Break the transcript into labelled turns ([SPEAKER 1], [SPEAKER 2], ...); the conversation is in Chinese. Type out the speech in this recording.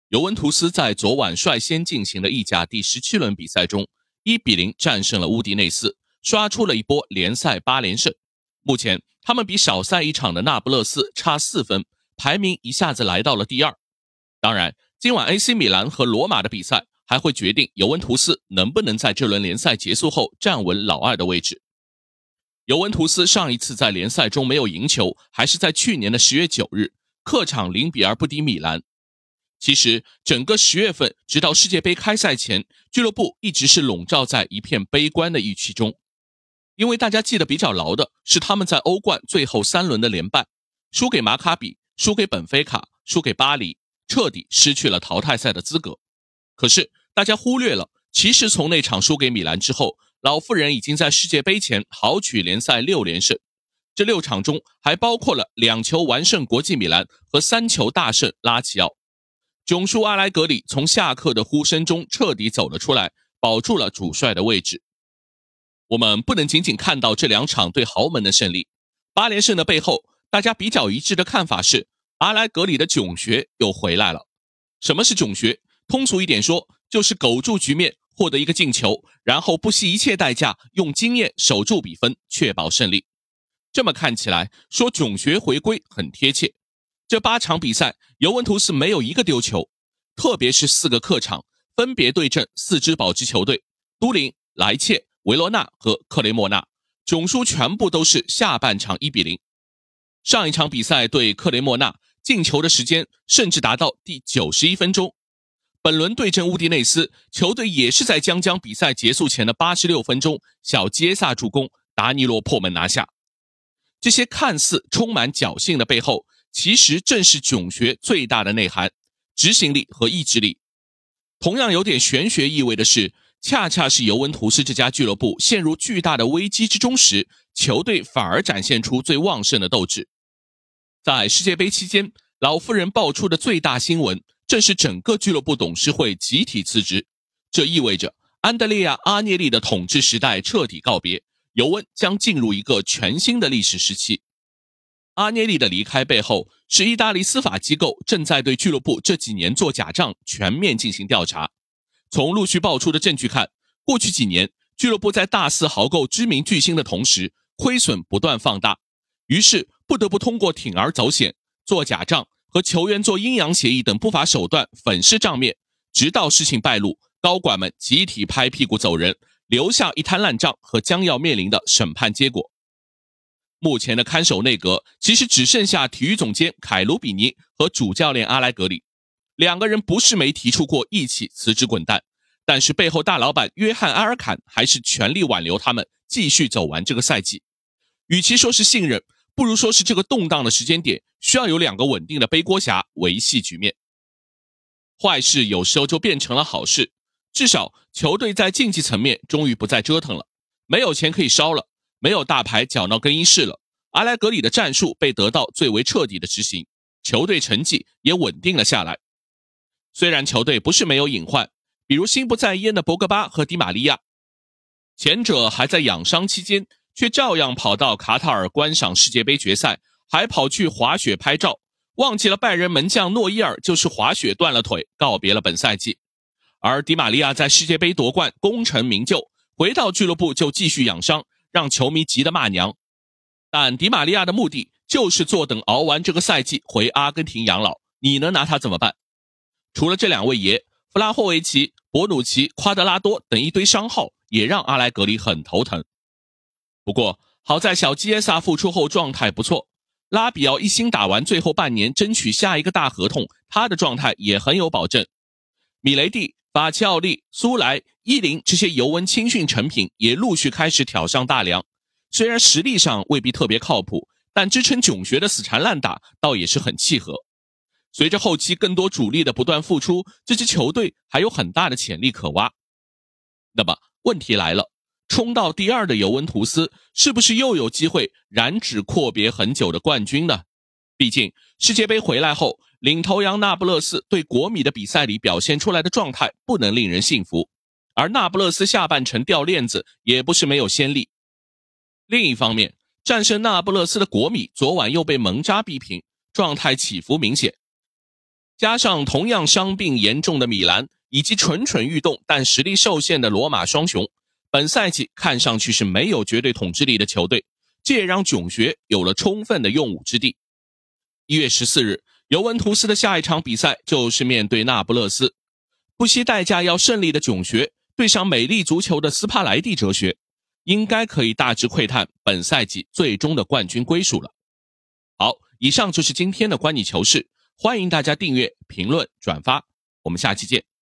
[SPEAKER 1] 尤文图斯在昨晚率先进行的意甲第17轮比赛中1-0战胜了乌迪内斯，刷出了一波联赛8连胜。目前他们比少赛一场的那不勒斯差4分，排名一下子来到了第2。当然，今晚 AC 米兰和罗马的比赛还会决定尤文图斯能不能在这轮联赛结束后站稳老2的位置。尤文图斯上一次在联赛中没有赢球，还是在去年的10月9日，客场0-2不敌米兰。其实整个10月份直到世界杯开赛前，俱乐部一直是笼罩在一片悲观的预期中。因为大家记得比较牢的是他们在欧冠最后3轮的连败，输给马卡比，输给本菲卡，输给巴黎，彻底失去了淘汰赛的资格。可是大家忽略了，其实从那场输给米兰之后，老妇人已经在世界杯前豪取联赛6连胜。这6场中还包括了2球完胜国际米兰和3球大胜拉齐奥。囧叔阿莱格里从下课的呼声中彻底走了出来，保住了主帅的位置。我们不能仅仅看到这2场对豪门的胜利，8连胜的背后，大家比较一致的看法是，阿莱格里的囧学又回来了。什么是囧学？通俗一点说，就是苟住局面，获得一个进球，然后不惜一切代价用经验守住比分，确保胜利。这么看起来，说囧学回归很贴切。这8场比赛，尤文图斯没有一个丢球，特别是4个客场，分别对阵4支保级球队：都灵、莱切、维罗纳和克雷莫纳，囧输全部都是下半场1-0。上一场比赛对克雷莫纳，进球的时间甚至达到第91分钟。本轮对阵乌迪内斯，球队也是在将比赛结束前的86分钟，小杰萨助攻，达尼罗破门拿下。这些看似充满侥幸的背后，其实正是囧学最大的内涵：执行力和意志力。同样有点玄学意味的是，恰恰是尤文图斯这家俱乐部陷入巨大的危机之中时，球队反而展现出最旺盛的斗志。在世界杯期间，老妇人爆出的最大新闻正是整个俱乐部董事会集体辞职，这意味着安德烈亚·阿涅利的统治时代彻底告别，尤文将进入一个全新的历史时期。阿涅利的离开背后，是意大利司法机构正在对俱乐部这几年做假账全面进行调查。从陆续爆出的证据看，过去几年俱乐部在大肆豪购知名巨星的同时，亏损不断放大，于是不得不通过铤而走险、做假账和球员做阴阳协议等不法手段粉饰账面，直到事情败露，高管们集体拍屁股走人，留下一摊烂账和将要面临的审判结果。目前的看守内阁其实只剩下体育总监凯鲁比尼和主教练阿莱格里，2个人不是没提出过一起辞职滚蛋，但是背后大老板约翰·埃尔坎还是全力挽留他们继续走完这个赛季。与其说是信任，不如说是这个动荡的时间点需要有2个稳定的背锅侠维系局面。坏事有时候就变成了好事，至少球队在竞技层面终于不再折腾了，没有钱可以烧了，没有大牌搅闹更衣室了，阿莱格里的战术被得到最为彻底的执行，球队成绩也稳定了下来。虽然球队不是没有隐患，比如心不在焉的博格巴和迪玛利亚，前者还在养伤期间，却照样跑到卡塔尔观赏世界杯决赛，还跑去滑雪拍照，忘记了拜仁门将诺伊尔就是滑雪断了腿，告别了本赛季。而迪玛利亚在世界杯夺冠功成名就，回到俱乐部就继续养伤，让球迷急得骂娘。但迪玛利亚的目的就是坐等熬完这个赛季回阿根廷养老，你能拿他怎么办？除了这2位爷，弗拉霍维奇、博努奇、夸德拉多等一堆伤号也让阿莱格里很头疼。不过好在小基耶萨复出后状态不错，拉比奥一心打完最后半年争取下一个大合同，他的状态也很有保证。米雷蒂、法切奥利、苏莱、伊林这些尤文青训成品也陆续开始挑上大梁，虽然实力上未必特别靠谱，但支撑囧学的死缠烂打倒也是很契合。随着后期更多主力的不断复出，这支球队还有很大的潜力可挖。那么问题来了，冲到第2的尤文图斯是不是又有机会染指阔别很久的冠军呢？毕竟世界杯回来后，领头羊那不勒斯对国米的比赛里表现出来的状态不能令人信服，而那不勒斯下半程掉链子也不是没有先例。另一方面，战胜那不勒斯的国米昨晚又被蒙扎逼平，状态起伏明显。 加上同样伤病严重的米兰，以及蠢蠢欲动但实力受限的罗马双雄，本赛季看上去是没有绝对统治力的球队，这也让囧学有了充分的用武之地。1月14日，尤文图斯的下一场比赛就是面对那不勒斯。不惜代价要胜利的囧学对上美丽足球的斯帕莱蒂哲学，应该可以大致窥探本赛季最终的冠军归属了。好，以上就是今天的观你球事，欢迎大家订阅、评论、转发，我们下期见。